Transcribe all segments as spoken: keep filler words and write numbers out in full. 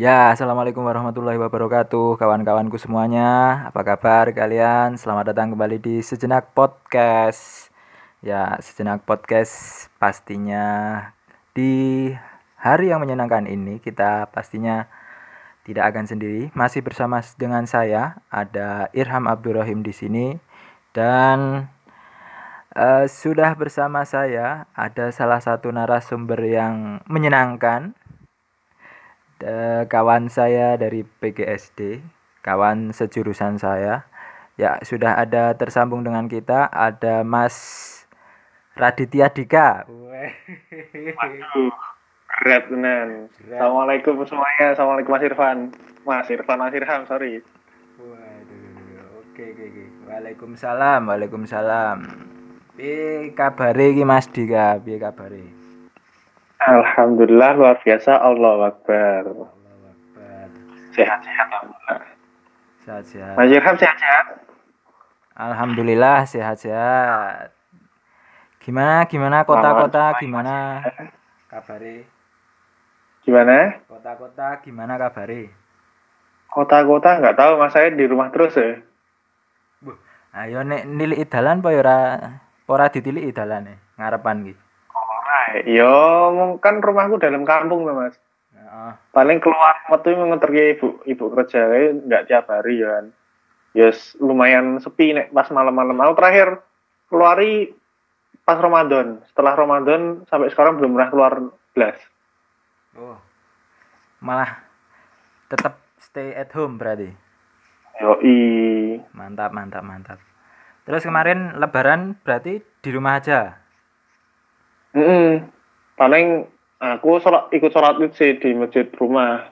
Ya, assalamualaikum warahmatullahi wabarakatuh, kawan-kawanku semuanya. Apa kabar kalian? Selamat datang kembali di Sejenak Podcast. Ya, Sejenak Podcast pastinya di hari yang menyenangkan ini kita pastinya tidak akan sendiri. Masih bersama dengan saya ada Irham Abdurrahim di sini dan eh, sudah bersama saya ada salah satu narasumber yang menyenangkan. Eh, kawan saya dari P G S D, kawan sejurusan saya. Ya, sudah ada tersambung dengan kita, ada Mas Raditya Dika. Weh. Waduh, berat tenan. Berat. Assalamualaikum semuanya. Assalamualaikum Mas Irfan. Mas Irfan, Mas Irham, sorry. Waduh, oke oke oke. Waalaikumsalam, waalaikumsalam. Piye kabare iki Mas Dika? Piye kabare? Alhamdulillah luar biasa. Allahu Akbar. Allahu Akbar. Sehat-sehat alhamdulillah. Sehat-sehat. Mas Irham sehat-sehat? Alhamdulillah sehat-sehat. Gimana gimana kota-kota gimana kabare? Gimana? Kota-kota gimana kabare? Kota-kota nggak tahu Mas, saya di rumah terus ya. Buh, ayo nek niliki dalan apa ya ora ora ditiliki dalane ngarepan iki. Ora, yo kan rumahku dalam kampung tuh Mas. Heeh. Paling keluar metu nganterke ibu ibu kerja kayak nggak tiap hari ya kan. Yes, lumayan sepi nek pas malam-malam. Aku terakhir keluari pas Ramadan. Setelah Ramadan sampai sekarang belum pernah keluar belas. Oh. Malah tetap stay at home berarti. Yoi. Mantap, mantap, mantap. Terus kemarin lebaran berarti di rumah aja. Mm-mm. Paling aku sholat, ikut sholat id sih di masjid rumah.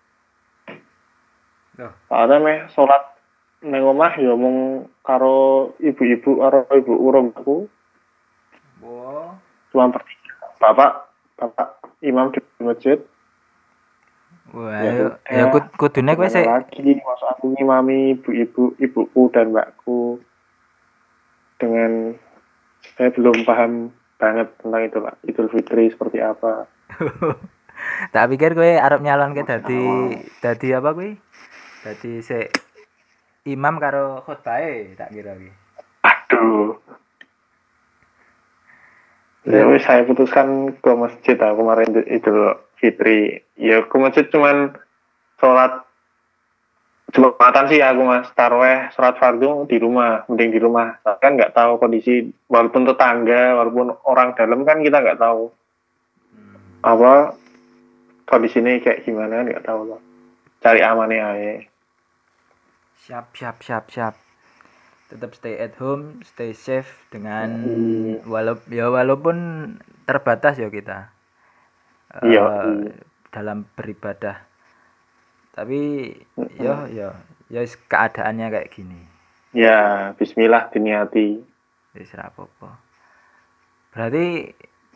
Loh. Ada meh sholat neng omah ya omong karo ibu-ibu karo ibu urung aku. Wow. Cuma bertiga. Bapak, bapak imam di masjid. Wah, Ya, ya, ya ya, kud- kudune kowe sik lagi masuk aku ngimami ibu-ibu, ibuku dan mbakku dengan saya belum paham banget tentang itu lah, Idul Fitri seperti apa. tak pikir kowe arep nyalonke dadi dadi apa kowe? Dadi sik imam karo khotbahe tak kira iki. Aduh. Ya wis saya putuskan ke masjid aku kemarin Idul Fitri. Ya ke masjid cuman sholat Jumatan sih aku Mas, taraweh sholat fardu di rumah, mending di rumah. Kan nggak tahu kondisi, walaupun tetangga, walaupun orang dalam kan kita nggak tahu apa kondisinya kayak gimana, nggak tahu loh. Cari amannya aja. Siap, siap, siap, siap. Tetap stay at home, stay safe dengan Hmm. walaupun ya walaupun terbatas ya kita. Iya. Uh, dalam beribadah. Tapi Mm-mm. yo yo yo keadaannya kayak gini. Ya, bismillah diniati. Wis ra apa-apa. Berarti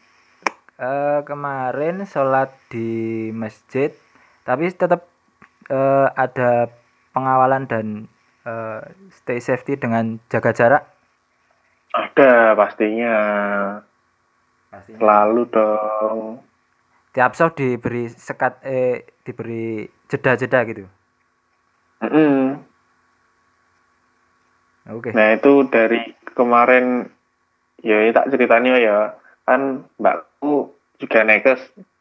uh, kemarin sholat di masjid tapi tetap uh, ada pengawalan dan uh, stay safety dengan jaga jarak. Ada pastinya. Pastinya. Selalu dong. Tiap show diberi sekat eh diberi jeda-jeda gitu. Mm-mm. Oke. Okay. Nah itu dari kemarin ya tak ceritanya ya kan mbakku juga nekes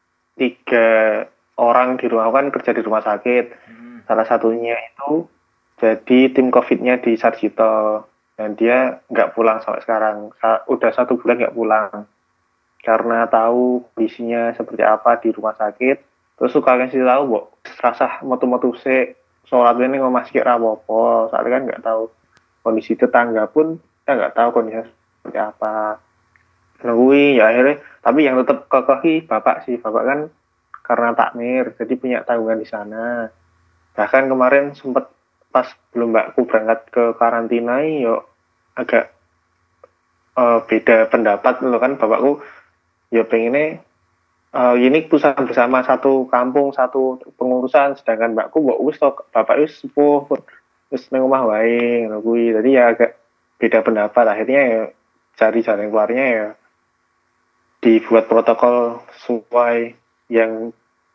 tiga orang di rumah kan kerja di rumah sakit. Hmm. Salah satunya itu jadi tim covidnya di Sarjito dan dia nggak pulang sampai sekarang. Sa- udah satu bulan nggak pulang karena tahu kondisinya seperti apa di rumah sakit. Terus suka kasih tahu bu, rasa motu-motu se sholat ini ngomong masih rapopo. Soalnya kan nggak tahu kondisi tetangga pun kita nggak tahu kondisinya seperti apa. Nungguin ya akhirnya, tapi yang tetap kekeh bapak sih, bapak kan karena takmir jadi punya tanggungan di sana. Bahkan kemarin sempat pas belum mbakku berangkat ke karantina yo agak uh, beda pendapat loh kan bapakku ya pengennya uh, ini pusat bersama satu kampung satu pengurusan, sedangkan mbakku mbak wis bapak wis sepuh wis nang omah wae ngono kuwi. Jadi ya agak beda pendapat, akhirnya ya cari jalan keluarnya ya dibuat protokol sesuai yang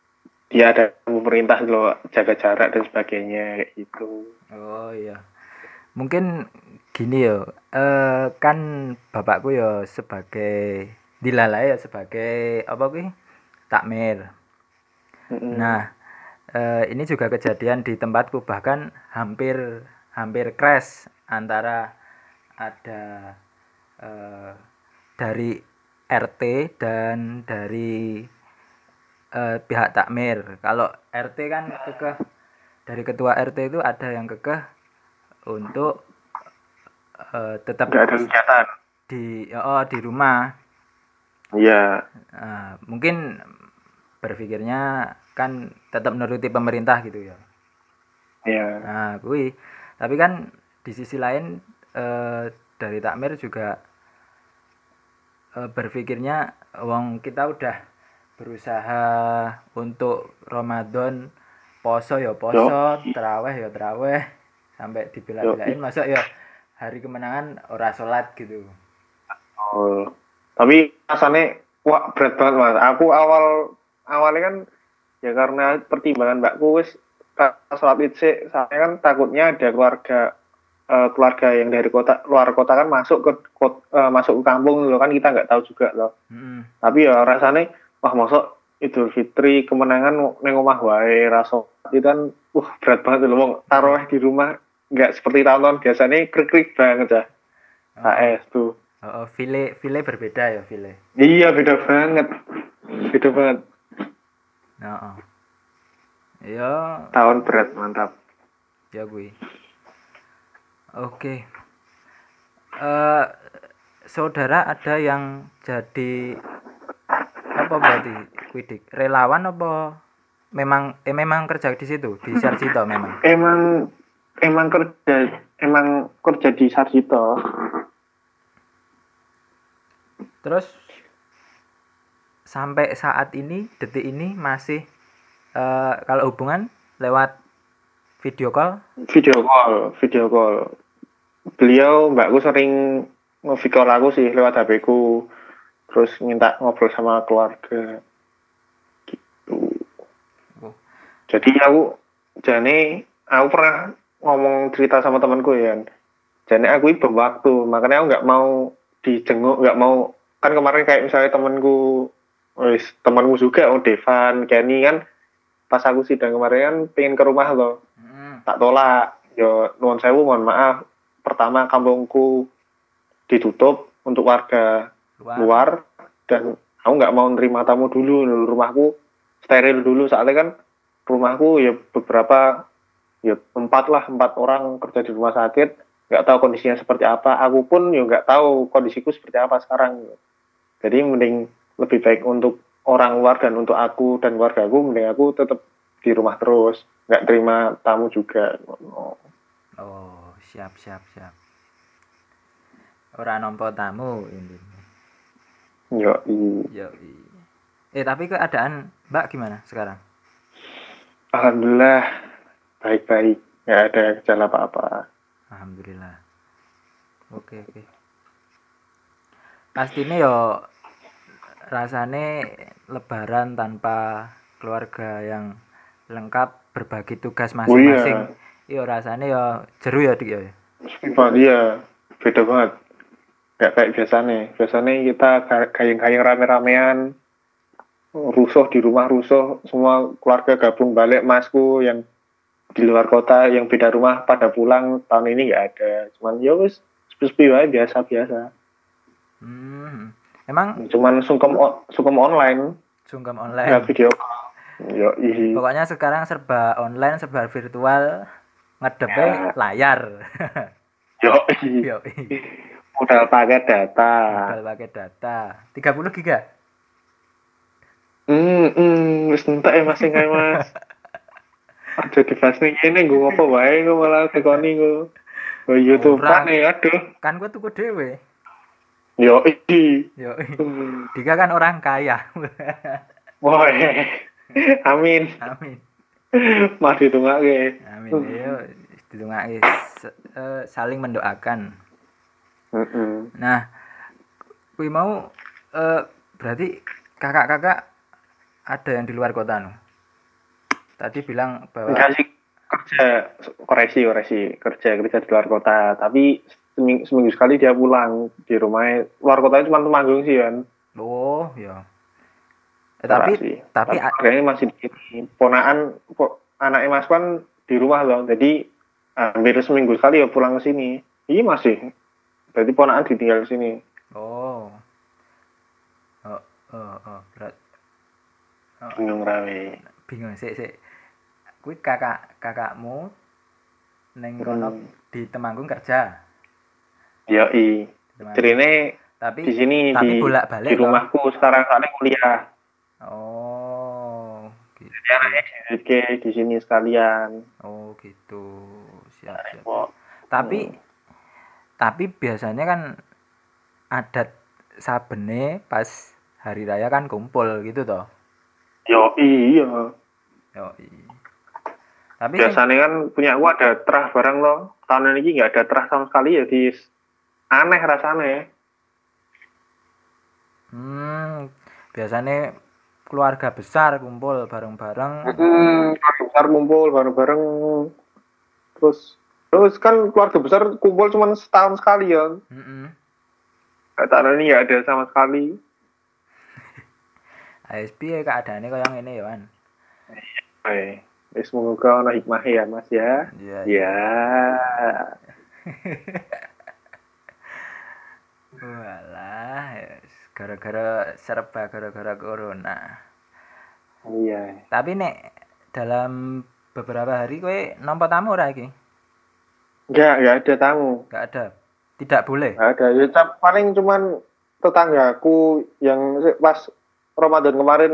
dia ada pemerintah loh jaga jarak dan sebagainya kayak gitu. Oh iya. Mungkin gini ya, eh, kan bapakku ya sebagai dilalai ya sebagai apa kuwi? Takmir. Mm-mm. Nah, eh, ini juga kejadian di tempatku bahkan hampir hampir crash antara ada eh, dari R T dan dari eh, pihak takmir. Kalau R T kan kekeh dari ketua R T itu ada yang kekeh untuk eh, tetap Nggak ada kegiatan. di oh di rumah. Iya. Nah, mungkin berpikirnya kan tetap menuruti pemerintah gitu ya. Iya. Nah, kui. Tapi kan di sisi lain eh, dari takmir juga eh, berpikirnya wong kita udah berusaha untuk Ramadan poso ya Yo. poso, teraweh ya teraweh sampai Yo. dibela-belain masa ya hari kemenangan ora salat gitu. Oh. Tapi rasanya wah berat banget mas. Aku awal awalnya kan ya karena pertimbangan mbakku wis pas sholat id sih, saya kan takutnya ada keluarga eh, keluarga yang dari kota luar kota kan masuk ke kot- eh, masuk ke kampung loh kan kita nggak tahu juga loh. Mm-mm. Tapi ya rasanya wah masuk Idul Fitri kemenangan neng omah wae raso itu kan wah berat banget loh wong taruh di rumah nggak seperti tahun-tahun biasanya krik-krik banget ya. Oh, oh. K S tuh. Oh, oh, file file berbeda ya file. Iya beda banget. Beda banget. Oh, oh. Ya, Tahun berat mantap. ya gue. Oke. Eh saudara ada yang jadi apa berarti kuidik relawan apa memang eh memang kerja di situ di Sarjito memang. Emang emang kerja emang kerja di Sarjito. Terus sampai saat ini detik ini masih eh, kalau hubungan lewat video call. Video call, video call. Beliau mbakku sering nge-video call aku sih lewat H P ku. Terus minta ngobrol sama keluarga. Gitu. Oh. Jadi aku jane aku pernah ngomong cerita sama temanku ya. Jane aku itu waktu, makanya aku nggak mau dijenguk, nggak mau kan kemarin kayak misalnya temanku, wis temanmu juga, oh Devan, Kenny kan pas aku sidang kemarin kan pengen ke rumah loh, Hmm. tak tolak, yo nuwun sewu mohon maaf, pertama kampungku ditutup untuk warga Luar. luar dan aku nggak mau nerima tamu dulu, rumahku steril dulu soalnya kan rumahku ya beberapa ya empat lah empat orang kerja di rumah sakit nggak tahu kondisinya seperti apa aku pun ya nggak tahu kondisiku seperti apa sekarang jadi mending lebih baik untuk orang luar dan untuk aku dan keluargaku mending aku tetap di rumah terus nggak terima tamu juga. Oh. Oh, siap siap siap. Ora nampa tamu ini. Yo, Yo. Eh tapi keadaan Mbak gimana sekarang? alhamdulillah baik-baik nggak ada gejala apa-apa. Alhamdulillah. Oke oke. Pastinya yo rasane lebaran tanpa keluarga yang lengkap berbagi tugas masing-masing. Oh iya. Yo rasane yo jeru ya dik ya. Pak iya beda banget nggak kayak biasanya biasanya kita gayeng-gayeng rame-ramean rusuh di rumah rusuh semua keluarga gabung balik masku yang di luar kota yang beda rumah pada pulang tahun ini nggak ada cuman ya wis sepi-sepi wae biasa-biasa. Hmm. Emang cuman sungkem sungkem online sungkem nggak online. video yo ih Pokoknya sekarang serba online, serba virtual, ngedepe ya. layar. yo ih Yo. modal pakai data Modal pakai data tiga puluh giga. hmm hmm wis entek ya mas kayak mas ada di fast nih ini gue ngopo wae gue malah tekoni gue gue YouTube kan nih aduh Kan gue tuku dhewe. yo ih Yo. Dika kan orang kaya. woi amin Amin. mas ditungake Amin. Yo ditungake uh, saling mendoakan. mm-mm. Nah, kuwi mau uh, berarti kakak-kakak ada yang di luar kota no? tadi bilang bahwa enggak sih, kerja, koreksi koreksi kerja kerja di luar kota, tapi seminggu, seminggu sekali dia pulang di rumahnya. Luar kotanya cuma Temanggung sih kan. oh ya. Eh, Ora tapi sih, tapi tapi a- keluarganya masih di sini. Ponaan kok anaknya Mas kan di rumah loh, jadi hampir seminggu sekali ya pulang ke sini. Iya masih, berarti ponaan ditinggal di sini. oh oh oh, oh. berat oh, Bingung rawe. bingung sih sih. Kuwi kakak kakakmu neng kono Hmm. di Temanggung kerja. Yoi. Di Temanggung. Cerine Tapi di sini tapi di bolak-balik di toh. rumahku sekarang kali kuliah. Oh, Jadi gitu. anaknya di di sini sekalian. Oh, gitu. Siap, siap. Kok. Tapi Hmm. tapi biasanya kan adat sabene pas hari raya kan kumpul gitu toh. Yo iya. Yo, tapi sing Biasanya kan punya aku ada terah barang loh. Tahun ini nggak ada terah sama sekali ya di aneh rasanya. hmm, biasanya keluarga besar kumpul bareng-bareng. Hmm, keluarga besar kumpul bareng-bareng. Terus terus kan keluarga besar kumpul cuma setahun sekali ya. Heeh. Tahun ini nggak ada sama sekali. A S P keadaannya kayak ngene ya, Wan. Eh, semoga ono hikmah ya Mas ya. Iya, Ya. Walah, yes. Gara-gara serba gara-gara corona. Iya. Tapi nek dalam beberapa hari kowe nampa tamu ora iki? Enggak, enggak ada tamu. Enggak ada. Tidak boleh. Enggak ada. Ya cap- paling cuman tetanggaku yang pas Ramadan kemarin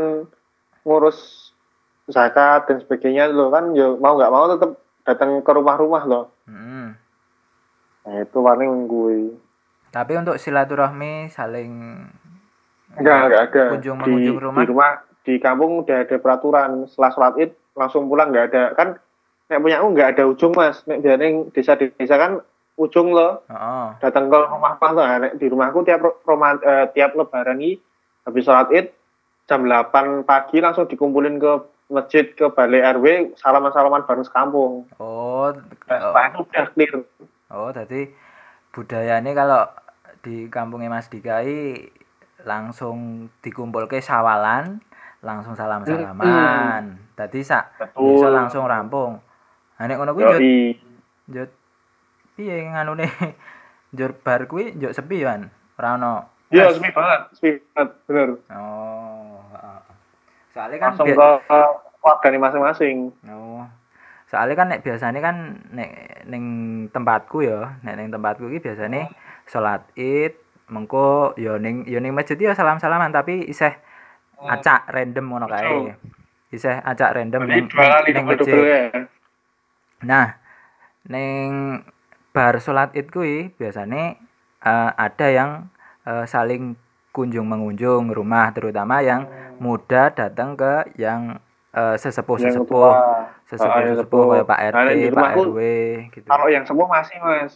ngurus zakat dan sebagainya loh kan ya mau nggak mau tetap datang ke rumah-rumah loh. Hmm. Nah, itu paling gue. Tapi untuk silaturahmi saling Enggak, enggak ada. kunjung Di, mengunjung di rumah. rumah, di kampung udah ada peraturan setelah sholat id langsung pulang nggak ada. Kan nek punya aku nggak ada ujung mas. Nek biasanya desa-desa kan ujung loh. Heeh. Datang ke rumah-rumah tuh. Nah, nek di rumahku tiap rumah, eh, tiap lebaran ini habis sholat id jam delapan pagi langsung dikumpulin ke masjid ke balai R W salaman-salaman bareng sekampung. Oh, Nah, oh, setelah itu udah clear. oh, tadi budayanya kalau di kampungnya Mas Dikai langsung dikumpul ke sawalan, langsung salam-salaman. Tadi sak Betul. desa langsung rampung. Nah nek ngono kuwi njut Yoi. njut piye nganune njur bar kuwi njut sepi kan. Ora ono. Iya, es. sepi banget, sepi banget, bener. Oh, heeh. Soalnya kan Langsung bia- ke ke warganya masing-masing. Oh. Soalnya kan nek biasanya kan nek ning tempatku ya, nek ning tempatku iki biasane salat Id mengko ya ning ya ning masjid ya salam-salaman tapi isih acak random ngono kae. Isih acak random Jadi ning dua ning, kali ning double-double masjid. ya. Nah, ning bar salat Id kuwi biasane eh, ada yang eh, saling kunjung mengunjung rumah terutama yang muda datang ke yang eh, Yang sesepuh-sesepuh tua. sesepuh-sesepuh kayak Pak R T, Nah, di Pak rumahku, R W gitu. kalau yang sepuh masih mas.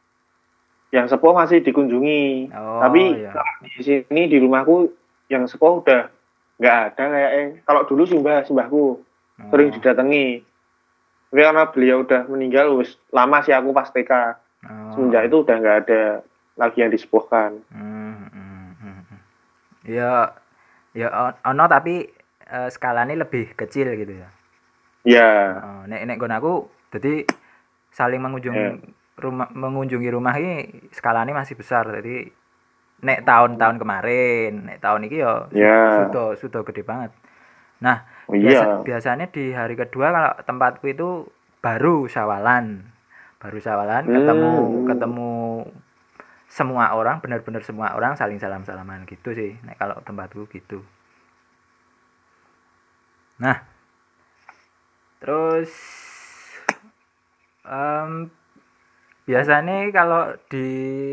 Yang sepuh masih dikunjungi. Oh, Tapi ya. kalau di sini di rumahku yang sepuh udah nggak ada kayaknya. Kalau dulu simbah simbahku sering Oh, didatangi. Tapi karena beliau udah meninggal, wis lama sih aku pas T K. oh. Semenjak itu udah nggak ada lagi yang disepuhkan. Hmm, hmm, hmm, hmm. Ya ya on- ono tapi eh, skalanya lebih kecil gitu ya. Ya, Oh, nek nek nggon aku jadi saling mengunjung Ya. rumah mengunjungi rumah ini skalanya masih besar. Jadi nek tahun-tahun kemarin, nek tahun ini ya su- Ya. sudah sudah gede banget. Nah, Oh, biasa iya. biasanya di hari kedua kalau tempatku itu baru sawalan. Baru sawalan Hmm. ketemu ketemu semua orang, benar-benar semua orang saling salam-salaman gitu sih. Nek kalau tempatku gitu. Nah, terus em, biasanya kalau di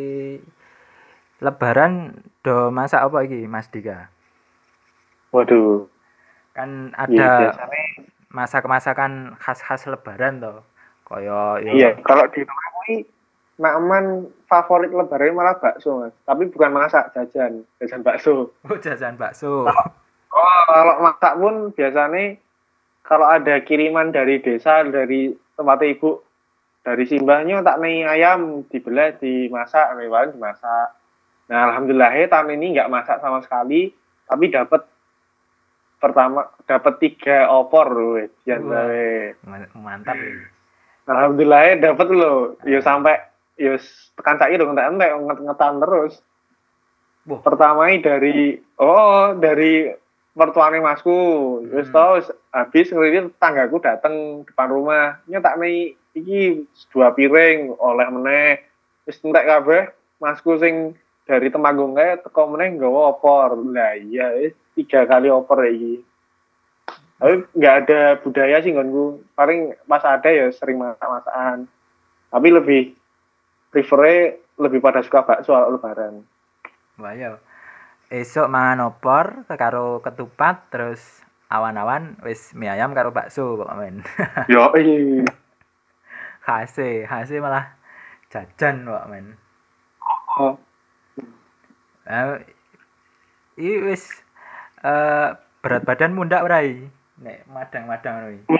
Lebaran do masak apa iki Mas Dika? Waduh. Kan Iya, ada biasanya. masak-masakan khas-khas Lebaran toh. Kaya yo Iya, kalau di rumahku ini Makman favorit lebaran malah bakso mas. Tapi bukan masak, jajan, jajan bakso. oh, jajan bakso. Oh, kalau masak pun biasanya kalau ada kiriman dari desa, dari tempat ibu, dari simbahnya tak nih ayam dibelah, dimasak, lewat dimasak. Nah alhamdulillah tahun ini nggak masak sama sekali, tapi dapat pertama dapat tiga opor loh, mantap ya. Alhamdulillah dapat loh, yo sampai yo tekan saya dong entek ngetan terus. Wow. Pertama dari oh dari mertuane masku, terus hmm. Tahu habis ngelirik tanggaku datang depan rumah, nyetak nih iki dua piring oleh meneh, terus entek kabeh masku sing dari Temanggung kae teko meneh nggawa opor. Lah iya tiga kali opor iki. Tapi nggak ada budaya sih nggonku. Paling pas ada ya sering masak-masakan. Tapi lebih prefer lebih pada suka bakso lebaran. Wah ya. Esok mangan opor karo ketupat terus awan-awan wis mie ayam karo bakso kok men. Yo iya. Khase, khase malah jajan kok men. Oh. Nah, iki wis uh, berat badan mundak ora iki? Nek madang-madang ngono iki.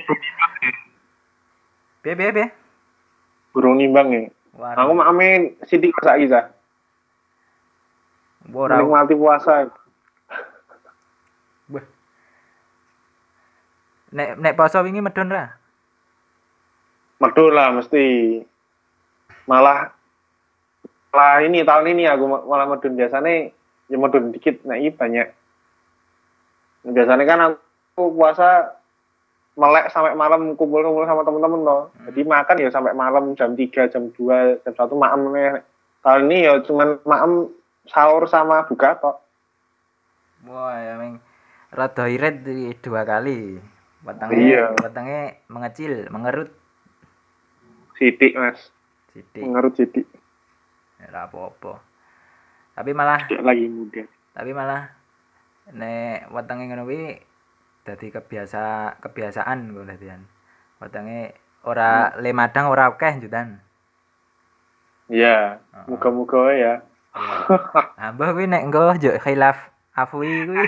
Piye piye piye? Burung nimbang ya. Waduh. Aku makame sithik saiki ta. Ora nikmati puasa. Wah. Nek nek poso wingi medun ra? Medun lah mesti. Malah malah ini tahun ini aku malah medun, biasanya ya medun dikit, nah ini banyak. Biasanya kan aku puasa melek sampai malam kumpul-kumpul sama teman-teman loh. Hmm. Jadi makan ya sampai malam jam tiga, jam dua, jam satu maem nih. Tahun ini ya cuman maem sahur sama buka kok. Wah, ya meng rada irit dua kali. Batangnya iya. Batangnya mengecil, mengerut. Sidik, Mas. Sidik. Mengerut sidik. Ya apa-apa. Tapi malah tidak lagi muda. Tapi malah nek wetenge ngono kuwi dadi kebiasa kebiasaan kok dadian. Wetenge ora hmm. le madang ora akeh jutan. Iya, uh-uh. Muga-muga ya. Nah, mbah kuwi nek engko yo khilaf afwi kuwi.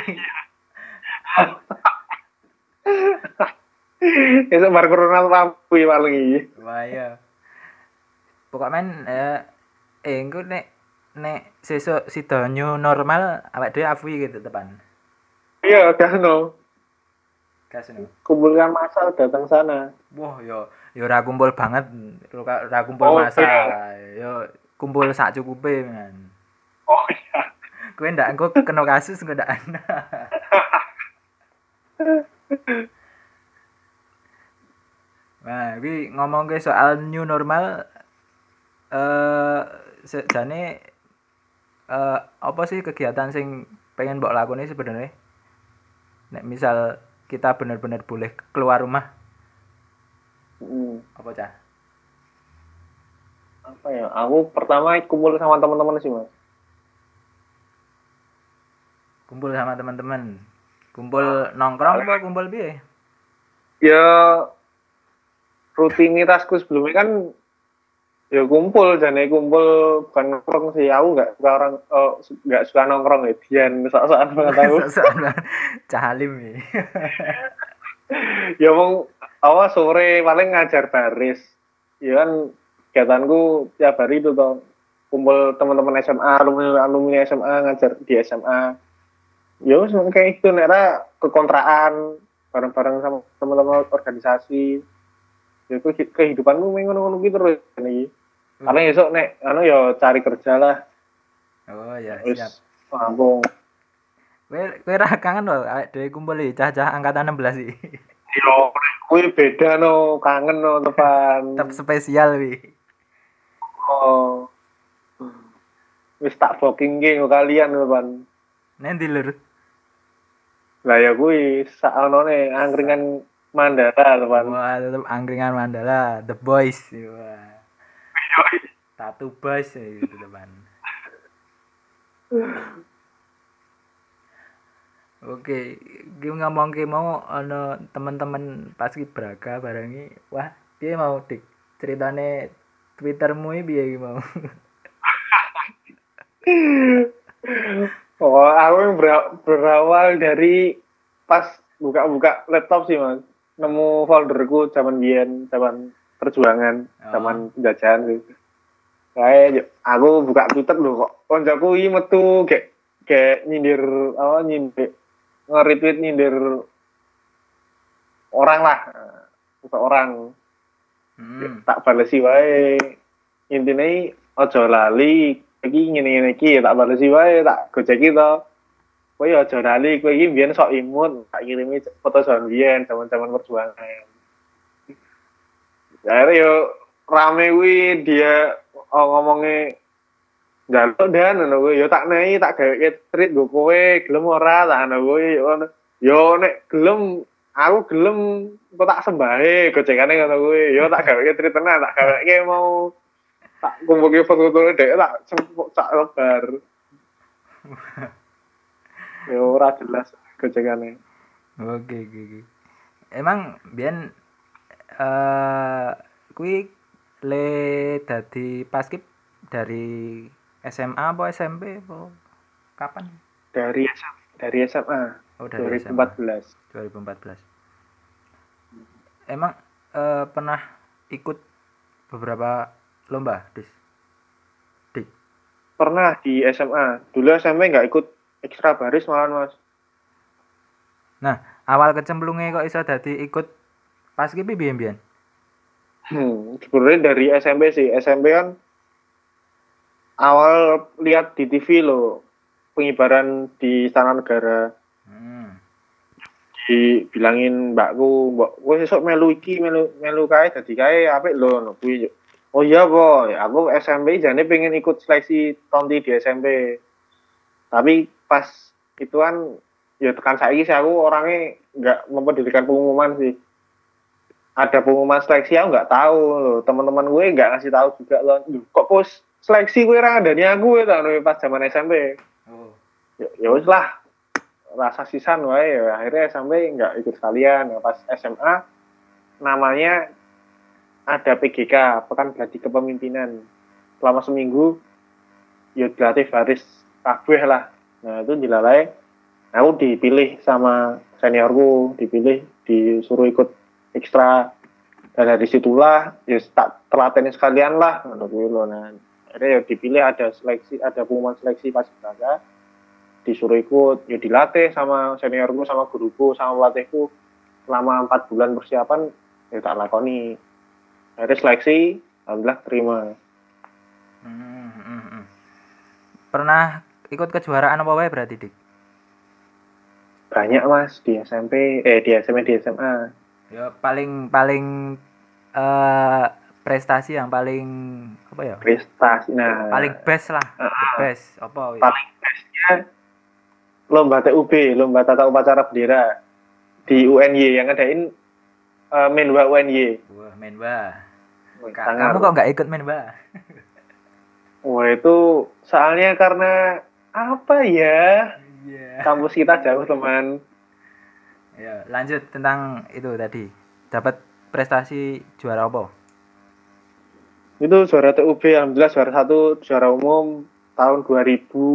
Esok bar corona afwi paling iki. Wah iya. Pokok men eh eh engko nek nek sesuk sida new normal awak dhewe afwi gitu tepan. Iya, kasno. Kasno. Kumpulkan massa datang sana. Wah, yo yo ora kumpul banget, ora kumpul oh, massa. Iya. Yo kumpul sak cukupe, men. Oh iya. Kowe ndak engko kena kasus engko ndak ana. Nah, iki ngomongke soal new normal eh sejane eh apa sih kegiatan sing pengen mbok lakoni sebenarnya? Nek misal kita benar-benar boleh keluar rumah. Hmm. Apa cah? Apa ya? Aku pertama kumpul sama teman-teman sih, Mas. Kumpul sama teman-teman. Kumpul nongkrong apa kumpul piye? Ya rutinitasku sebelumnya kan ya kumpul, jane kumpul bukan nongkrong sih. Aku enggak suka orang oh, enggak suka nongkrong ya. Dian sok-sokan banget tahu. Sok-sokan cahalim ya. Ya wong awal sore paling ngajar baris. Ya kan kegiatanku tiap hari itu toh kumpul teman-teman S M A, alumni alumni S M A ngajar di S M A. Ya wis kayak itu nek ra kekontrakan bareng-bareng sama teman-teman organisasi. Ya itu kehidupanmu ngono-ngono gitu terus iki. Paling esuk nek anu ya cari kerja lah. Oh ya, Terus, siap. Lampung. Kowe kowe ra kangen lho awake dhewe kumpul iki cah-cah angkatan enam belas iki. Yo, kuwi beda no, kangen no tepan. Tetap spesial wi. Oh. Wis tak booking ki kalian tepan. Nendi lur? Lah ya kuwi sak anone angkringan Mandala tepan. Wah, tetep angkringan Mandala, The Boys. Wah. Tattoo Boys itu teman. Oke, iki ngomongke mau ana teman-teman pas ki Braga barengi. Wah, piye mau Dik? Ceritane Twittermu iki piye iki mau? Oh, aku ber- berawal dari pas buka-buka laptop sih, Mas. nemu folderku zaman biyen, zaman perjuangan, Oh. zaman penjajahan gitu. Kayak aku buka Twitter lho kok koncoku iki metu kayak kayak nyindir apa nyindir nge-retweet nyindir orang lah. Seseorang. Hmm. Tak balesi wae. Intine aja lali iki ngene-ngene iki tak balesi wae, tak gojeki to. Kowe ya aja lali, kowe iki mbiyen sok imut, tak kirimi foto zaman mbiyen, zaman-zaman perjuangan. Akhirnya yo rame kuwi dia oh, ngomongnya njaluk dan ngono kuwi yo tak nehi tak gaweke treat nggo kowe gelem ora tak ngono kuwi ngono. Yo nek gelem aku gelem kok tak sembahe gojekane ngono kuwi. Yo tak gaweke treat tenan, tak gaweke mau tak kumpulke foto-fotone dhek tak sempuk sak lebar. Yo ora jelas gojekane. Oke, oke, oke. Emang biyen eh kuwi le dadi paskib dari S M A apa S M P apa kapan? Dari S M dari S M A Oh, dua dari ribu S M A empat belas. dua ribu empat belas. Emang eh, pernah ikut beberapa lomba, Dis? Dik. Pernah di S M A. Dulu S M P nggak ikut ekstra baris malahan, Mas. Nah, awal kecemplungnya kok iso dadi ikut paskib piye mbiyen? Hmm, sebenarnya dari S M P sih. S M P kan awal lihat di T V loh pengibaran di Istana Negara. Hmm. Dibilangin mbakku, mbak, gue besok melu iki, melu melu kae, dadi kae apik lho, no kuwi. Oh iya, boy, aku S M P jane pengen ikut seleksi tonti di S M P. Tapi pas itu kan, ya tekan saiki sih aku orangnya nggak mempedulikan pengumuman sih. Ada pengumuman seleksi aku nggak tahu loh, teman-teman gue nggak ngasih tahu juga loh. Loh, kok pos seleksi gue ra ngandani aku ya tak pas zaman S M P. Oh. Ya, ya wis lah. Rasa sisan wae ya akhirnya S M P nggak ikut sekalian. Ya, pas S M A namanya ada P G K, Pekan Gladi Kepemimpinan. Selama seminggu ya dilatih baris kabeh lah. Nah, itu dilalai aku dipilih sama seniorku, dipilih disuruh ikut ekstra, dan dari situlah ya tak telaten sekalian lah ngono kuwi lho. Nah, akhirnya ya dipilih ada seleksi, ada pengumuman seleksi paskibraka, disuruh ikut, ya dilatih sama seniorku, sama guruku, sama pelatihku selama empat bulan persiapan, ya tak lakoni. Akhirnya seleksi, alhamdulillah terima. Hmm, hmm, hmm. Pernah ikut kejuaraan apa wae berarti, Dik? Banyak, Mas, di S M P, eh di S M P, di S M A. Ya paling paling eh prestasi yang paling apa ya? Prestasi, nah Paling best lah, the uh, best apa ya? paling bestnya lomba T U B, lomba tata upacara bendera di U N Y yang ngadain uh, Menwa U N Y. Wah, Menwa. Ka- Sangar. Kamu kok nggak ikut Menwa? Wah, itu soalnya karena apa ya? Iya. Kampus kita jauh, teman. Ya, lanjut tentang itu tadi. Dapat prestasi juara apa? Itu juara T U B, alhamdulillah juara satu, juara umum tahun dua ribu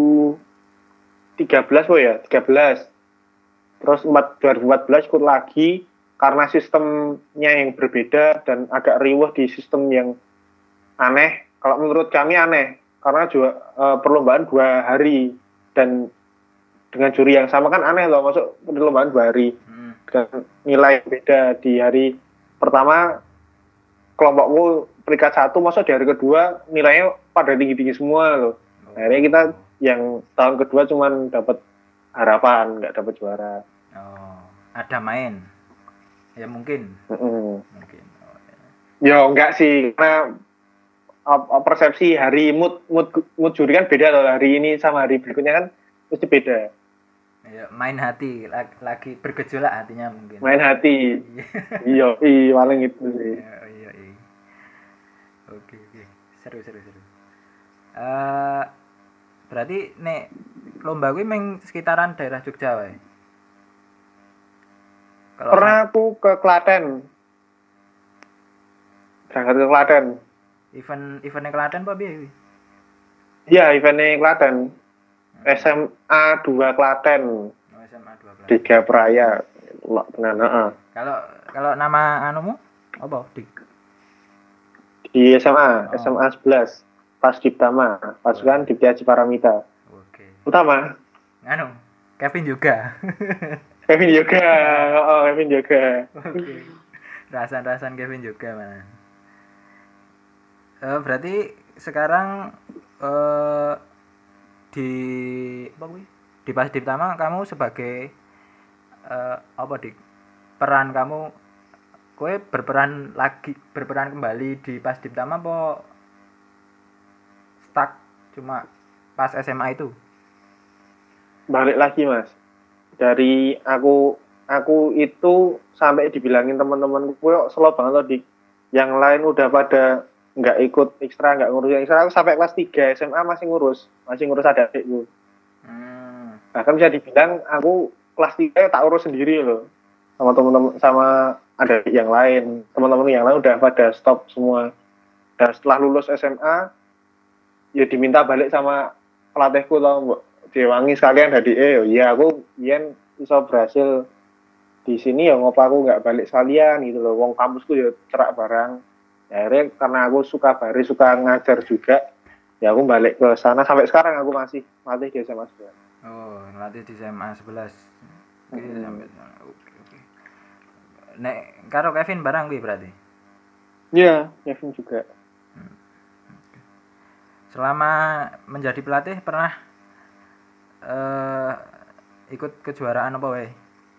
tiga belas, oh ya, tiga belas. Terus dua ribu empat belas ikut lagi karena sistemnya yang berbeda dan agak riuh di sistem yang aneh. Kalau menurut kami aneh, karena juga uh, perlombaan dua hari dan dengan juri yang sama kan aneh loh, masuk perlombaan dua hari hmm. dan nilai beda. Di hari pertama kelompokku peringkat satu, masuk di hari kedua nilainya pada tinggi-tinggi semua loh. Oh. Akhirnya kita yang tahun kedua cuman dapat harapan, nggak dapat juara. Oh, ada main? Ya mungkin. Mm-mm. Mungkin. Oh, ya. Ya enggak sih, karena persepsi hari mood mood mood juri kan beda loh, hari ini sama hari berikutnya kan mesti beda. Ya, main hati, lagi bergejolak hatinya mungkin. Main hati. Iya, iya paling itu sih. Iya, iya, iya. Oke, oke. Seru, seru, seru. Uh, berarti nek lomba kuwi meng sekitaran daerah Jogja wae. Pernah aku ke Klaten. Berangkat ke Klaten. Event eventnya Klaten apa piye? Iya, eventnya Klaten. Hmm. S M A dua Klaten. Oh, S M A dua Klaten. Tiga Praya. Lah tenan, heeh. Kalau kalau nama anumu apa? Dik. Di S M A, Oh. S M A sebelas, pas Diptama, pasukan Dipti Haji Paramita. Oke. Utama, Anu, Kevin juga. Kevin juga, oh Kevin juga. Oke. Rasan-rasan Kevin juga mana? Eh berarti sekarang eh di apa kuwi? Di pas Diptama kamu sebagai eh apa dik? Peran kamu kowe berperan lagi berperan kembali di pas Diptama apa stuck cuma pas S M A itu? Balik lagi mas, dari aku aku itu sampai dibilangin teman-teman gue kok slow banget loh dik. Yang lain udah pada nggak ikut ekstra, nggak ngurus yang ekstra. Aku sampai kelas tiga S M A masih ngurus, masih ngurus adik-adikku. Hmm. Bahkan bisa dibilang aku kelas tiga tak urus sendiri loh, sama teman-teman sama ada yang lain. Teman-teman yang lain udah pada stop semua. Dan setelah lulus S M A, ya diminta balik sama pelatihku loh, Mbak. Diwangi sekalian dari eh, ya aku yen bisa berhasil di sini ya ngopo aku nggak balik sekalian gitu loh. Wong kampusku ya cerak barang. Ya, akhirnya karena aku suka baris, suka ngajar juga, ya aku balik ke sana sampai sekarang aku masih latih di S M A sebelas. Oh, ngelatih di S M A sebelas. Oke, Hmm. sampai sana. Oke, oke. Nek karo Kevin barang kuwi berarti. Iya, Kevin juga. Selama menjadi pelatih pernah eh ikut kejuaraan apa wae?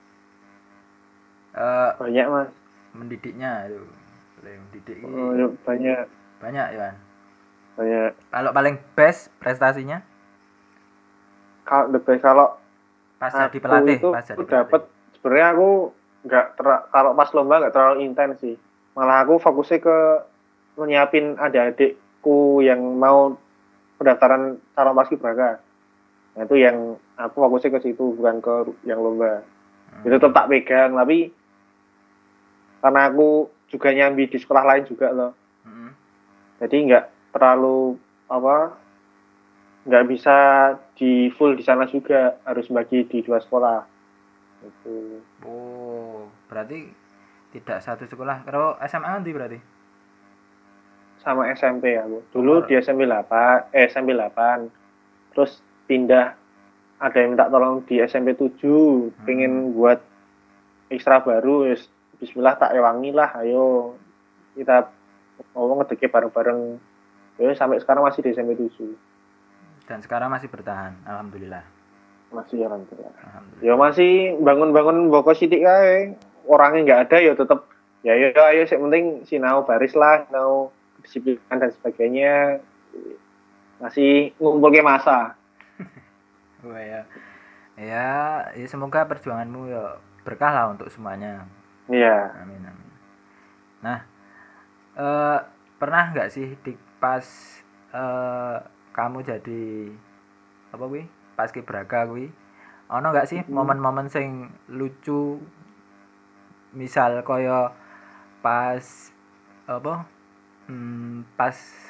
Eh Banyak mas. mendidiknya itu. Boleh mendidik iki Oh, ya, banyak, banyak ya, Kan? banyak. Kalau paling best prestasinya Kalau the best kalau pas jadi aku pelatih, itu pas jadi dapat pelatih. sebenarnya aku nggak ter- kalau pas lomba nggak terlalu intens sih. Malah aku fokusnya ke menyiapin adik-adikku yang mau pendaftaran calon paskibraka. Nah itu yang aku fokusnya ke situ bukan ke yang lomba. Hmm. Itu tetap tak pegang tapi karena aku juga nyambi di sekolah lain juga loh. Hmm. Jadi nggak terlalu apa nggak bisa di full di sana juga, harus bagi di dua sekolah. Itu Oh, berarti tidak satu sekolah. Kalau S M A nanti berarti? sama S M P aku. Dulu Oh, di S M P delapan, eh S M P delapan. Terus pindah, ada yang minta tolong di S M P tujuh, Hmm. pengen buat ekstra baru, yes. Bismillah tak ewangi lah, ayo kita ngomong ngedeke bareng-bareng. Ya sampai sekarang masih di S M P tujuh. Dan sekarang masih bertahan, alhamdulillah. Masih ya alhamdulillah. Alhamdulillah. Ya masih bangun-bangun boko sidik kae. Orangnya nggak ada ya tetap ya ya ayo sih penting sinau baris lah, sinau disiplinan dan sebagainya. Masih ngumpul ke masa. Wah, ya. Ya, ya semoga perjuanganmu ya berkah lah untuk semuanya. Iya. Amin, amin. Nah, eh, pernah nggak sih di pas eh, kamu jadi apa kuwi? Paskibraka kuwi. Ono nggak sih Hmm. momen-momen sing lucu? Misal kaya pas apa? Hmm, pas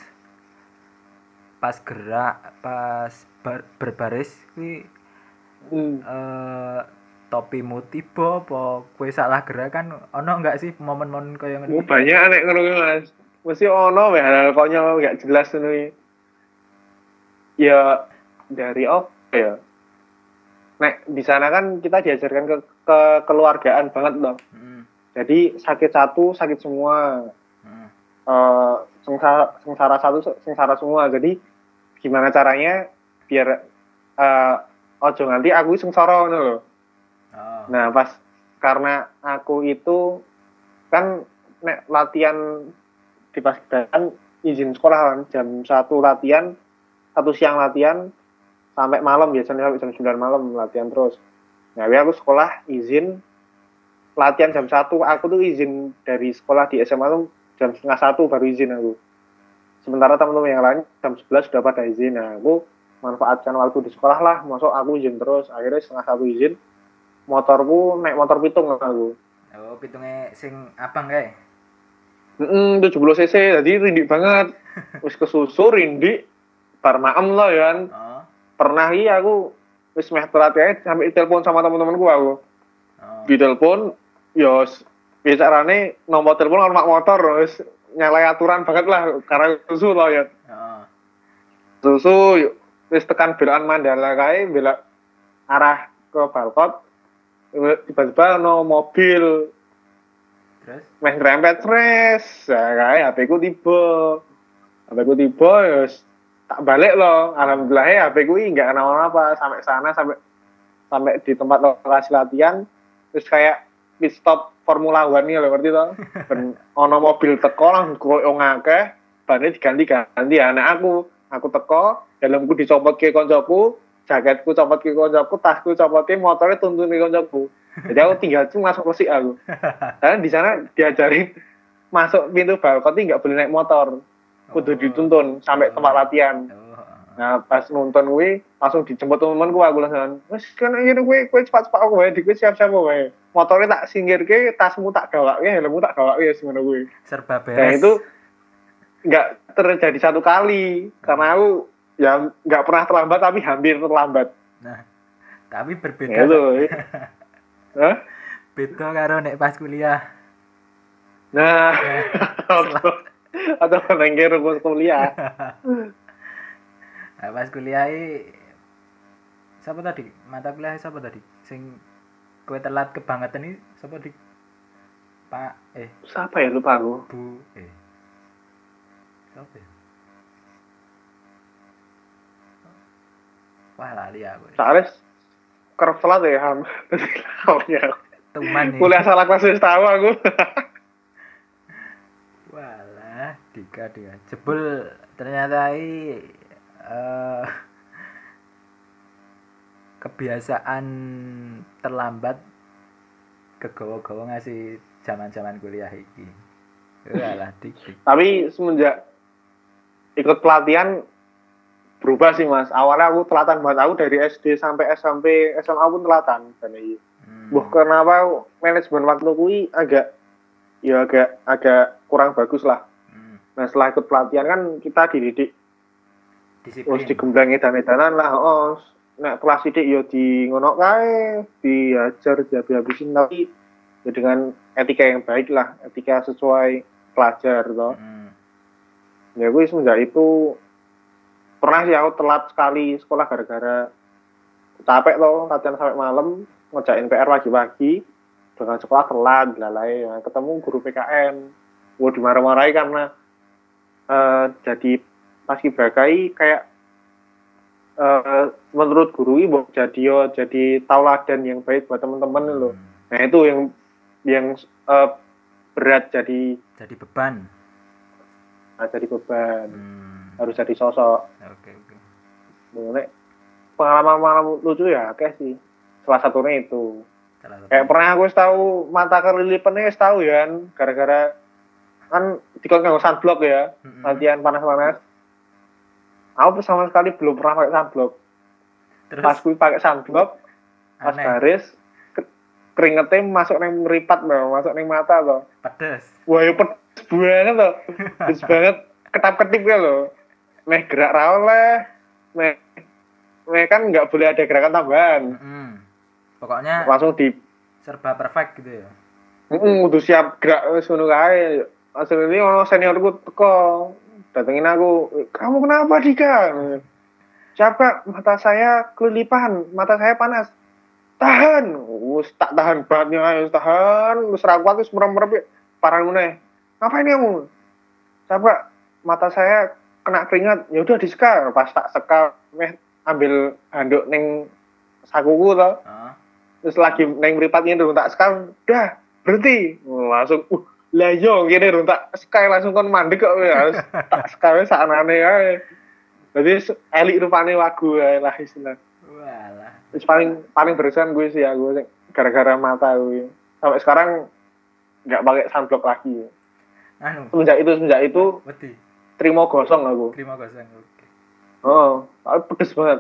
pas gerak, pas bar, berbaris kuwi Hmm. eh topimu tiba apa kowe salah gerak kan ono enggak sih momen-momen kaya Mu ngono? banyak nek ngono kuwi, Mas. Mesti ono wae hal konyol nggak jelas ngono iki. Ya dari apa ya? Nek di sana kan kita diajarkan ke kekeluargaan banget loh. Heeh. Jadi sakit satu sakit semua. Heeh. Uh, sengsara sengsara satu sengsara semua. Jadi gimana caranya biar uh, ojo nganti aku sengsara ngono loh. Oh. Nah, pas karena aku itu kan nek latihan di paskibraka izin sekolah kan jam satu latihan, satu siang latihan sampai malam biasanya sampai jam sembilan malam latihan terus. Nah, aku sekolah izin latihan jam satu, aku tuh izin dari sekolah di S M A tuh jam setengah satu baru izin aku. Sementara teman-teman yang lain jam sebelas sudah pada izin. Nah, aku manfaatkan waktu di sekolah lah, masuk aku izin terus. Akhirnya setengah satu izin, motorku naik motor pitung aku. Oh, pitunge sing abang kae. Heeh, tujuh puluh cc, jadi rindik banget. Wis kesusu rindik, bar maem lah ya kan. Oh. Pernah iya aku wis meh telat kae sampai telepon sama teman-temanku aku. Oh. Di telepon, ya bicarane nomor telepon orang mak motor wis nyalai aturan banget lah karena susu loh ya. Heeh. Susu wis tekan belokan Mandala kae belok arah ke Balkot tiba-tiba ono mobil Terus meh ngrempet stres ya kae H P ku tiba H P ku tiba ya wis tak balik loh alhamdulillah ya H P ku enggak kenapa-napa sampai sana sampai sampai di tempat lokasi latihan terus kayak pit stop Formula One nih loh ngerti toh ben ono mobil teko langsung koyo ngakeh bannya diganti-ganti anak aku aku teko dalamku dicopot ke koncoku jaketku copot ke koncoku tasku copot ke motornya tuntun ke koncoku jadi aku tinggal cuma masuk kursi aku karena di sana diajarin masuk pintu balkon nggak boleh naik motor kudu dituntun sampai tempat latihan. Nah pas nonton gue langsung dijemput temen-temenku aku langsung wes kan ini gue gue cepat-cepat aku gue gue siap-siap gue motornya tak singgir ke tasmu tak gawak ke helmmu tak gawak ke semuanya gue serba beres. Nah itu nggak terjadi satu kali karena aku ya nggak pernah terlambat tapi hampir terlambat. Nah tapi berbeda. Ya itu. Hah? Beda karo nek pas kuliah. Nah, atau atau nengger kuliah. Nah, pas kuliah siapa tadi? Mata kuliah siapa tadi? Sing kowe telat kebangetan ini siapa di? Pak eh siapa ya lupa aku. Bu eh. Siapa ya? Wah lali aku. Soalnya kerap telat ya ham. Teman nih. Kuliah salah kelas wis tahu aku. Walah, Dika dia. Jebul ternyata i uh, kebiasaan terlambat kegawa-gawa ngasih zaman-zaman kuliah iki. Walah, Dik. Tapi semenjak ikut pelatihan berubah sih Mas. Awalnya aku telatan banget, aku dari S D sampai S M P, S M A pun telatan kan iki. Hmm. Buh kenapa manajemen waktu kui agak ya agak agak kurang bagus lah. Hmm. Nah setelah ikut pelatihan kan kita dididik disiplin. Terus digemblangi dan-danan lah. Oh, nek kelas sidik yo di ngono kae, diajar dihabis-habisin tapi ya dengan etika yang baik lah, etika sesuai pelajar toh. Hmm. Ya gue semenjak itu pernah sih aku telat sekali sekolah gara-gara capek loh latihan sampai malam ngerjain P R pagi-pagi dengan sekolah telat lalai ya. Ketemu guru P K N gue dimarah-marahi karena uh, jadi paskibrakai kayak uh, menurut guru ini jadi yo jadi tauladan yang baik buat teman-teman hmm. loh. Nah itu yang yang uh, berat jadi jadi beban nah, jadi beban hmm. harus jadi sosok. Oke oke. Mulai pengalaman-pengalaman lucu ya kayak sih. Salah satunya itu. Salah satu. Kayak pernah aku tahu mata kelilipannya tahu ya gara-gara kan dikon kanggo sunblock ya, mm-hmm. latihan panas-panas. Aku sama sekali belum pernah pakai sunblock. Terus? Pas gue pakai sunblock, pas baris keringetnya masuk nang meripat loh, masuk nang mata loh. Pedes. Wah, ya pedes banget loh. Pedes banget, ketap-ketip ya loh. Meh gerak ra oleh, meh meh kan nggak boleh ada gerakan tambahan. Mm-hmm. Pokoknya langsung di serba perfect gitu ya. Heeh, mm, udah siap gerak wis ngono kae. Asal ini ono seniorku teko, datengin aku, "Kamu kenapa, Dika?" "Siapa? Mata saya kelilipan, mata saya panas." "Tahan." Wis tak tahan banget ya, tahan, wis ra kuat wis merem-merem parah meneh. "Ngapain kamu?" "Siapa? Mata saya kena keringat." "Ya udah disekal." Pas tak sekal, meh ambil handuk ning sakuku to. Heeh. Terus lagi neng mripatnya durung tak sekal, "Dah, berhenti." Langsung uh lah yo kene durung tak sekal langsung kon mandek kok ya. Tak sekal saknane ae. Dadi elik rupane wagu ae lah istilah. Walah. Wis paling paling berkesan gue sih aku gara-gara mata gue. Sampai sekarang enggak pakai sunblock lagi. Anu. Semenjak itu semenjak itu wedi. Trimo gosong aku. Trimo gosong. Oke. Oh, pedes banget.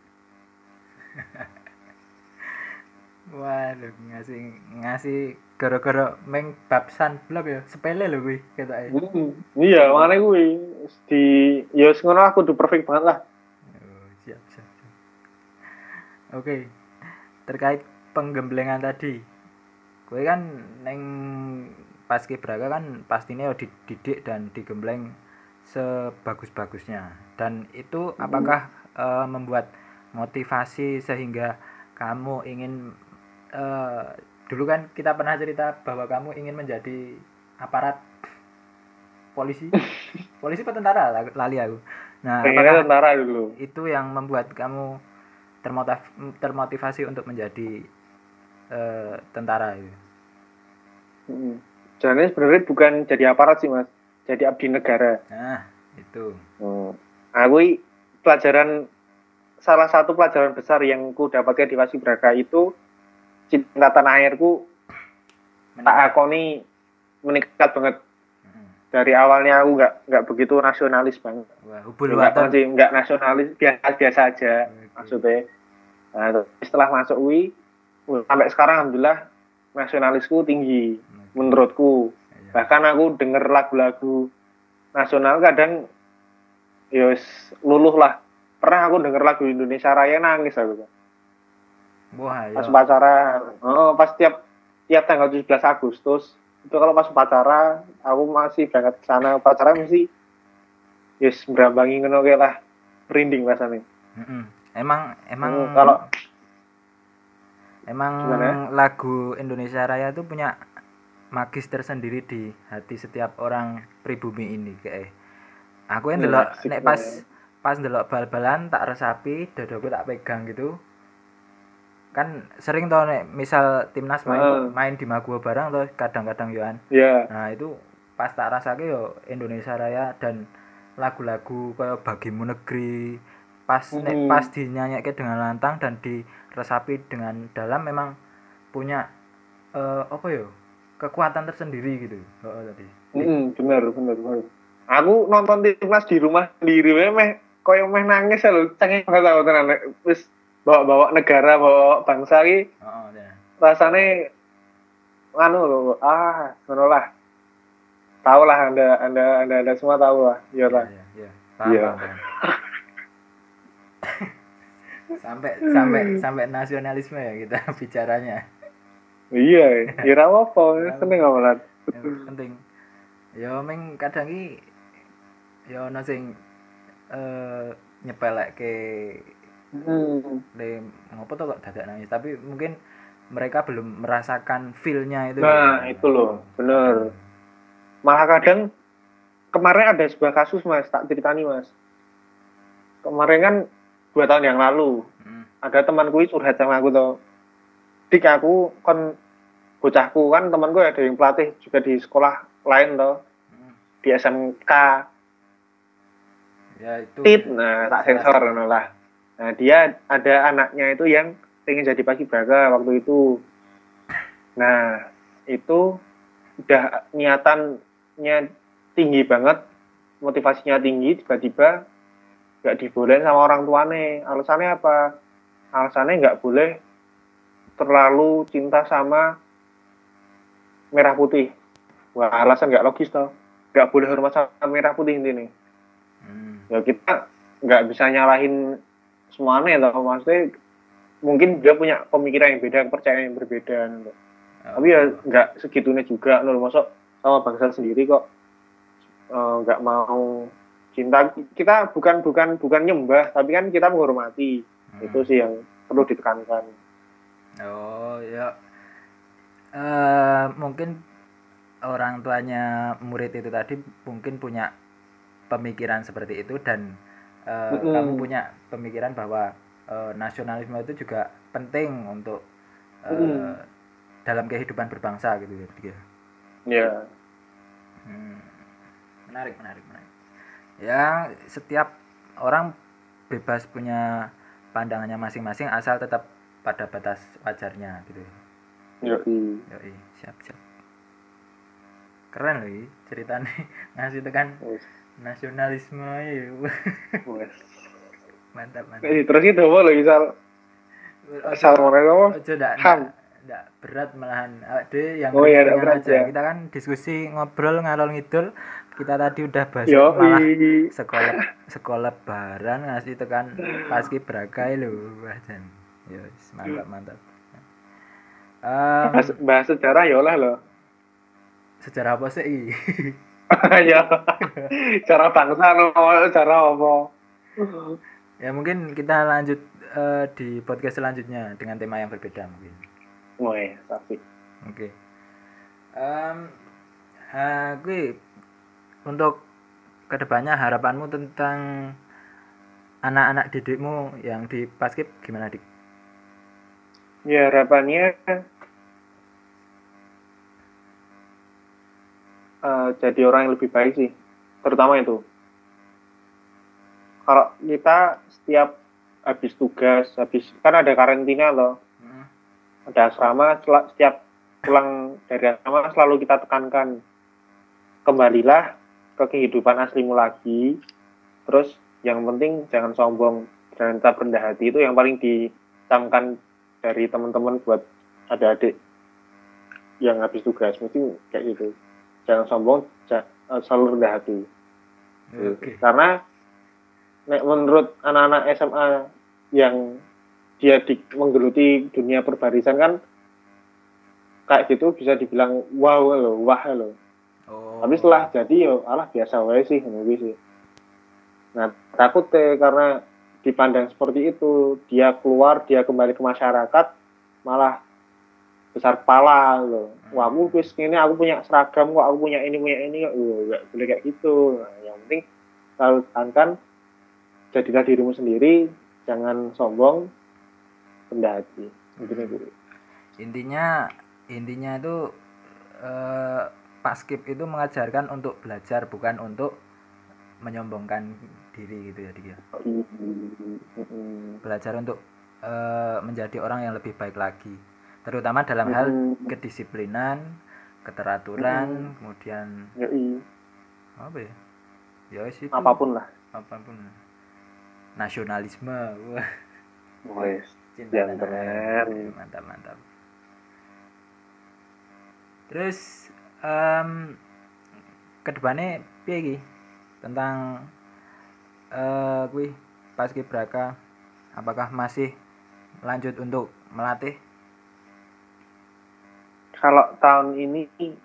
Waduh, ngasih ngasih gara-gara meng bab sunblock ya sepele lho kuwi ketoke. Hmm, iya, makane kuwi di ya wis ngono aku udah perfect banget lah. Oh, siap, siap, siap. Oke. Terkait penggemblengan tadi. kowe kan neng Paskibraka kan pastinya yo dididik dan digembleng sebagus-bagusnya. Dan itu apakah uh, membuat motivasi sehingga kamu ingin uh, dulu kan kita pernah cerita bahwa kamu ingin menjadi aparat polisi polisi apa tentara lali aku. Nah, pengennya tentara dulu. Itu yang membuat kamu termotiv termotivasi untuk menjadi uh, tentara itu. Hmm. Jadi sebenarnya bukan jadi aparat sih mas, jadi abdi negara. Nah itu. Hmm. Aku pelajaran salah satu pelajaran besar yang ku dapatkan di Paskibraka itu cinta tanah airku tak akoni meningkat banget. Hmm. Dari awalnya aku nggak nggak begitu nasionalis banget. Wah, nggak sih nggak nasionalis biasa biasa aja okay. Maksudnya. Nah, setelah masuk U I sampai sekarang alhamdulillah nasionalisku tinggi. Menurutku, iya. Bahkan aku denger lagu-lagu nasional kadang yos luluh lah. Pernah aku denger lagu Indonesia Raya nangis aku. Wah, iya. Pas upacara, oh, pas tiap tiap tanggal tujuh belas Agustus itu kalau pas upacara aku masih berangkat ke sana upacara mesti yes berambangi ngono kae lah merinding rasanya. Mm-hmm. Emang emang hmm, kalau emang gimana? Lagu Indonesia Raya itu punya magis tersendiri di hati setiap orang pribumi ini kayak aku yang ndelok ya, nek pas ya. Pas ndelok bal-balan tak resapi dadaku tak pegang gitu kan sering tau nek misal timnas main uh. main di Maguwo bareng tuh kadang-kadang yoan yeah. Nah itu pas tak rasake yo Indonesia Raya dan lagu-lagu kayak Bagimu Negeri pas hmm. nek pas dinyanyikan dengan lantang dan diresapi dengan dalam memang punya uh, apa yo kekuatan tersendiri gitu. Oh, tadi. Mm, bener, bener, bener. Aku nonton timnas di rumah sendiri, meh, koyo meh nangis ya lho, cengeng banget aku tenan. Wis bawa-bawa negara, bawa bangsa iki. Oh, ya. Rasane anu lho, ah, ngono lah. Tahu lah Anda, Anda, Anda, Anda semua tahu lah, iya lah. Iya, iya. Iya. sampai sampai sampai nasionalisme ya kita bicaranya. Iya, kira apa? Penting amalan. Penting. Ya meng kadang iki ya ana sing eh nyepelekke hmm. le ngopo to kok dadak nangis, tapi mungkin mereka belum merasakan feel-nya itu. Nah, ya. Itu loh, bener. Malah kadang kemarin ada sebuah kasus Mas, tak ceritani Mas. Kemarin kan dua tahun yang lalu, hmm. ada temanku curhat sama aku tuh. Dik aku kan bocahku kan temanku ada yang pelatih juga di sekolah lain toh hmm. di S M K ya itu Tit, nah tak sensor no lah. Nah dia ada anaknya itu yang pengen jadi paskibraka waktu itu. Nah itu udah niatannya tinggi banget, motivasinya tinggi, tiba-tiba nggak dibolehin sama orang tuane. Alasannya apa? Alasannya nggak boleh terlalu cinta sama merah putih. Wah, alasan nggak logis toh. Nggak boleh hormat sama merah putih intinya. Hmm. Ya kita nggak bisa nyalahin semuanya toh. Maksudnya mungkin dia punya pemikiran yang beda, kepercayaan yang berbeda. Oh. Tapi ya nggak segitunya juga. Nol masuk sama bangsa sendiri kok nggak uh, mau cinta. Kita bukan bukan bukan nyembah, tapi kan kita menghormati. Hmm. Itu sih yang perlu ditekankan. Oh ya, uh, mungkin orang tuanya murid itu tadi mungkin punya pemikiran seperti itu dan uh, mm-hmm. kamu punya pemikiran bahwa uh, nasionalisme itu juga penting untuk uh, mm-hmm. dalam kehidupan berbangsa gitu ya. Iya. Yeah. Hmm, menarik, menarik, menarik. Ya setiap orang bebas punya pandangannya masing-masing asal tetap pada batas wajarnya gitu. Yoi. Yoi, siap siap. Keren loh ceritanya ngasih tekan yes. Nasionalisme ya. Yes. Mantap mantap. Eh, terus itu apa loh misal asal mereka apa? Ojo ndak ndak berat malahan. Ada yang oh, iya, berat, aja. Ya. Kita kan diskusi ngobrol ngalor ngidul. Kita tadi udah bahas Yoi. malah sekolah sekolah barang ngasih tekan paskibraka lho, Mas. Yes, mantap mantap. Um, bahas, bahas sejarah ya oleh loh. Sejarah apa sih? Ya, cara bangsa loh, cara apa? Ya mungkin kita lanjut uh, di podcast selanjutnya dengan tema yang berbeda mungkin. Woi, asik. Oke. Okay. Um, ha, gue untuk kedepannya harapanmu tentang anak-anak didikmu yang di Paskib gimana, Dik? Ya harapannya uh, jadi orang yang lebih baik sih, terutama itu. Kalau kita setiap habis tugas, habis kan ada karantina loh, hmm. ada asrama, setiap pulang dari asrama selalu kita tekankan, kembalilah ke kehidupan aslimu lagi, terus yang penting jangan sombong, jangan tetap rendah hati, itu yang paling dicamkan dari teman-teman buat adik-adik yang habis tugas, mesti kayak gitu, jangan sombong, jangan, selalu rendah hati. Okay. Karena menurut anak-anak S M A yang dia di, menggeluti dunia perbarisan kan kayak gitu bisa dibilang wow loh, wah loh. Oh. Tapi setelah jadi yo alah biasa wae sih ngono sih. Nah, takut deh karena dipandang seperti itu, dia keluar, dia kembali ke masyarakat malah besar kepala loh. Wah, aku wis ngene, aku punya seragam kok, aku punya ini punya ini kok. Enggak boleh kayak gitu. Nah, yang penting selalu tekankan jadilah dirimu sendiri, jangan sombong, rendah hati. Intinya gitu. Intinya intinya itu eh, Paskib itu mengajarkan untuk belajar, bukan untuk menyombongkan diri gitu ya, Dik ya. Belajar untuk eh, menjadi orang yang lebih baik lagi, terutama dalam hal kedisiplinan, keteraturan, kemudian apa ya? Ya itu apapun lah. Apapun. Nasionalisme. Wah. Wes, yang keren. Mantap, mantap. Terus um, kedepannya piye iki tentang eh uh, kuwi Paskibraka, apakah masih lanjut untuk melatih? Kalau tahun ini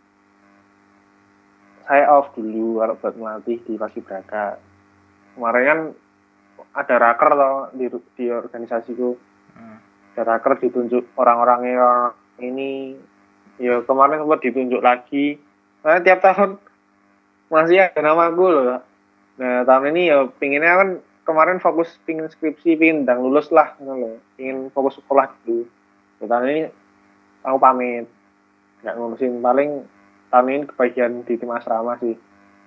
saya off dulu kalau buat melatih di Paskibraka. Kemarin kan ada raker loh di, di organisasiku. Hmm. Ada raker ditunjuk orang-orangnya ini. Ya kemarin sempat ditunjuk lagi. Nah tiap tahun masih ada nama aku loh. Nah tahun ini ya pinginnya kan kemarin fokus pingin skripsi, pingin dan lulus lah. Loh. Pingin fokus sekolah dulu. Ya, tahun ini aku pamit. Nggak ngurusin, paling tahun ini kebagian di tim asrama sih.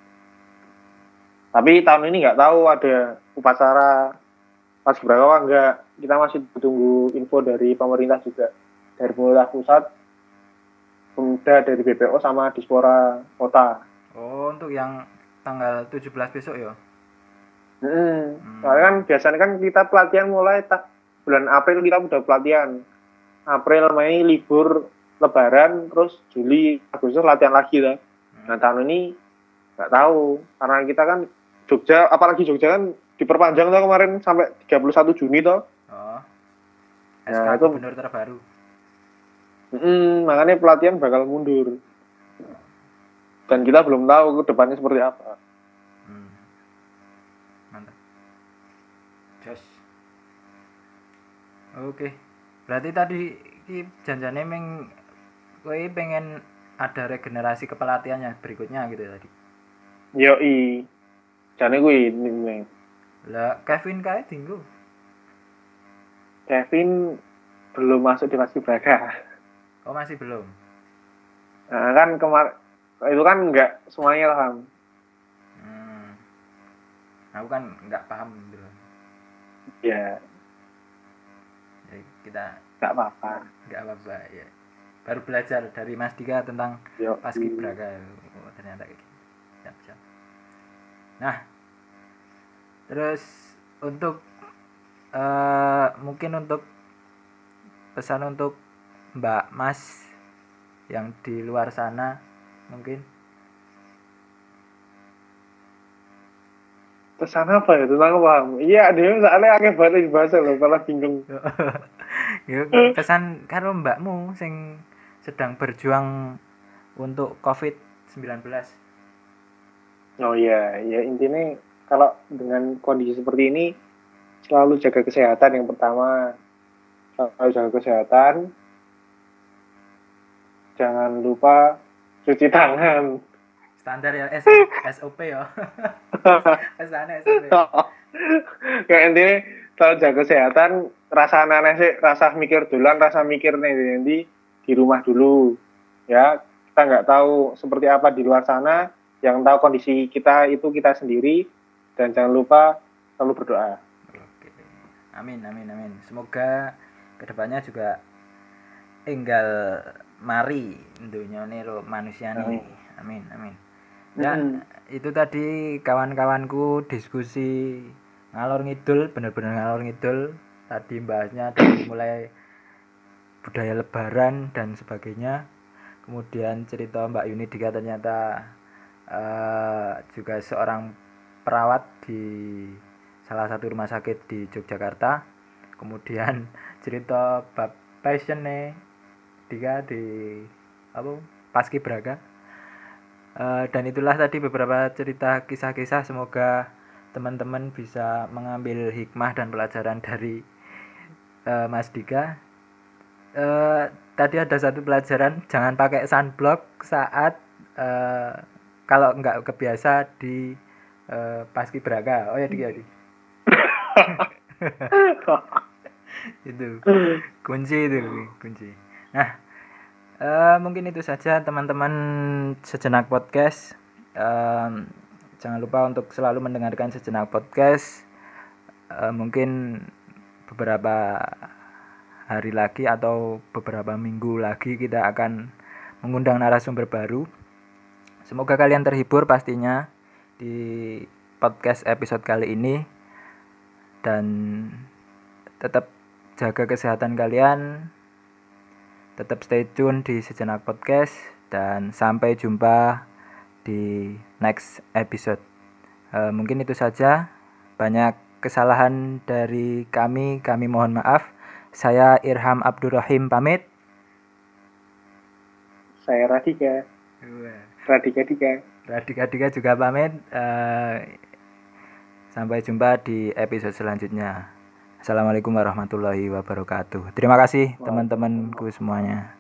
Tapi tahun ini nggak tahu ada upacara Paskibraka enggak. Kita masih tunggu info dari pemerintah juga, dari pemerintah pusat, pemuda dari B P O sama Dispora Kota. Oh, untuk yang tanggal tujuh belas besok ya? Hmm. hmm. Soalnya kan biasanya kan kita pelatihan mulai tak bulan April kita udah pelatihan. April, Mei libur Lebaran, terus Juli, Agustus latihan lagi lah. Hmm. Nah tahun ini nggak tahu karena kita kan Jogja, apalagi Jogja kan diperpanjang tuh kemarin sampai tiga puluh satu Juni tuh. Oh. S K nah, gubernur terbaru. Mm, makanya pelatihan bakal mundur. Dan kita belum tahu ke depannya seperti apa. Hmm. Mantap. Jos. Oke. Berarti tadi ki janjane meng kowe pengen ada regenerasi kepelatihan yang berikutnya gitu ya tadi. Yoi. Jane kuwi ning. Lah Kevin kae dinggo. Kevin belum masuk di Paskibraka. Oh, masih belum. Nah, kan kemarin itu kan enggak semuanya paham. Hmm. Aku kan enggak paham gitu. Ya. Ya kita enggak apa-apa. Enggak apa-apa ya. Baru belajar dari Mas Dika tentang Paskibraka. Oh, ternyata kayak gitu. Siap-siap. Nah, terus untuk uh, mungkin untuk pesan untuk Mbak Mas yang di luar sana mungkin pesan apa ya tentang apa? Iya, dia soalnya agak banget bahasa loh, malah bingung. Ya pesan karo mbakmu sing sedang berjuang untuk covid sembilan belas. Oh iya, ya intinya kalau dengan kondisi seperti ini selalu jaga kesehatan yang pertama. Selalu jaga kesehatan. Jangan lupa cuci tangan. Standar ya S S O P ya. Pesane S O P. Kayak intinya selalu jaga kesehatan, rasa aneh sih, rasa mikir duluan, rasa mikir nih nanti di rumah dulu. Ya, kita nggak tahu seperti apa di luar sana, yang tahu kondisi kita itu kita sendiri, dan jangan lupa selalu berdoa. Oke. Amin amin amin. Semoga kedepannya juga enggal mari dunyane lo manusia nih. Amin amin. Ya, Hmm. itu tadi kawan-kawanku diskusi ngalor ngidul, bener-bener ngalor ngidul. Tadi bahasnya dari mulai budaya lebaran dan sebagainya. Kemudian cerita Mbak Yuni Dika ternyata uh, juga seorang perawat di salah satu rumah sakit di Yogyakarta. Kemudian cerita bab passionnya Dika di apa Paskibraka. Uh, dan itulah tadi beberapa cerita kisah-kisah. Semoga teman-teman bisa mengambil hikmah dan pelajaran dari uh, Mas Dika. Uh, tadi ada satu pelajaran, jangan pakai sunblock saat uh, kalau nggak kebiasa di uh, Paskibraka. Oh ya Dika ya. Itu kunci itu kunci. Nah, Uh, mungkin itu saja teman-teman Sejenak Podcast. Uh, jangan lupa untuk selalu mendengarkan Sejenak Podcast. Uh, mungkin beberapa hari lagi atau beberapa minggu lagi kita akan mengundang narasumber baru. Semoga kalian terhibur pastinya di podcast episode kali ini. Dan tetap jaga kesehatan kalian. Tetap stay tune di Sejenak Podcast dan sampai jumpa di next episode. Uh, mungkin itu saja. Banyak kesalahan dari kami, kami mohon maaf. Saya Irham Abdurrahim pamit. Saya Radika. Radika Dika. Radika Dika juga pamit. Uh, sampai jumpa di episode selanjutnya. Assalamualaikum warahmatullahi wabarakatuh. Terima kasih teman-temanku semuanya.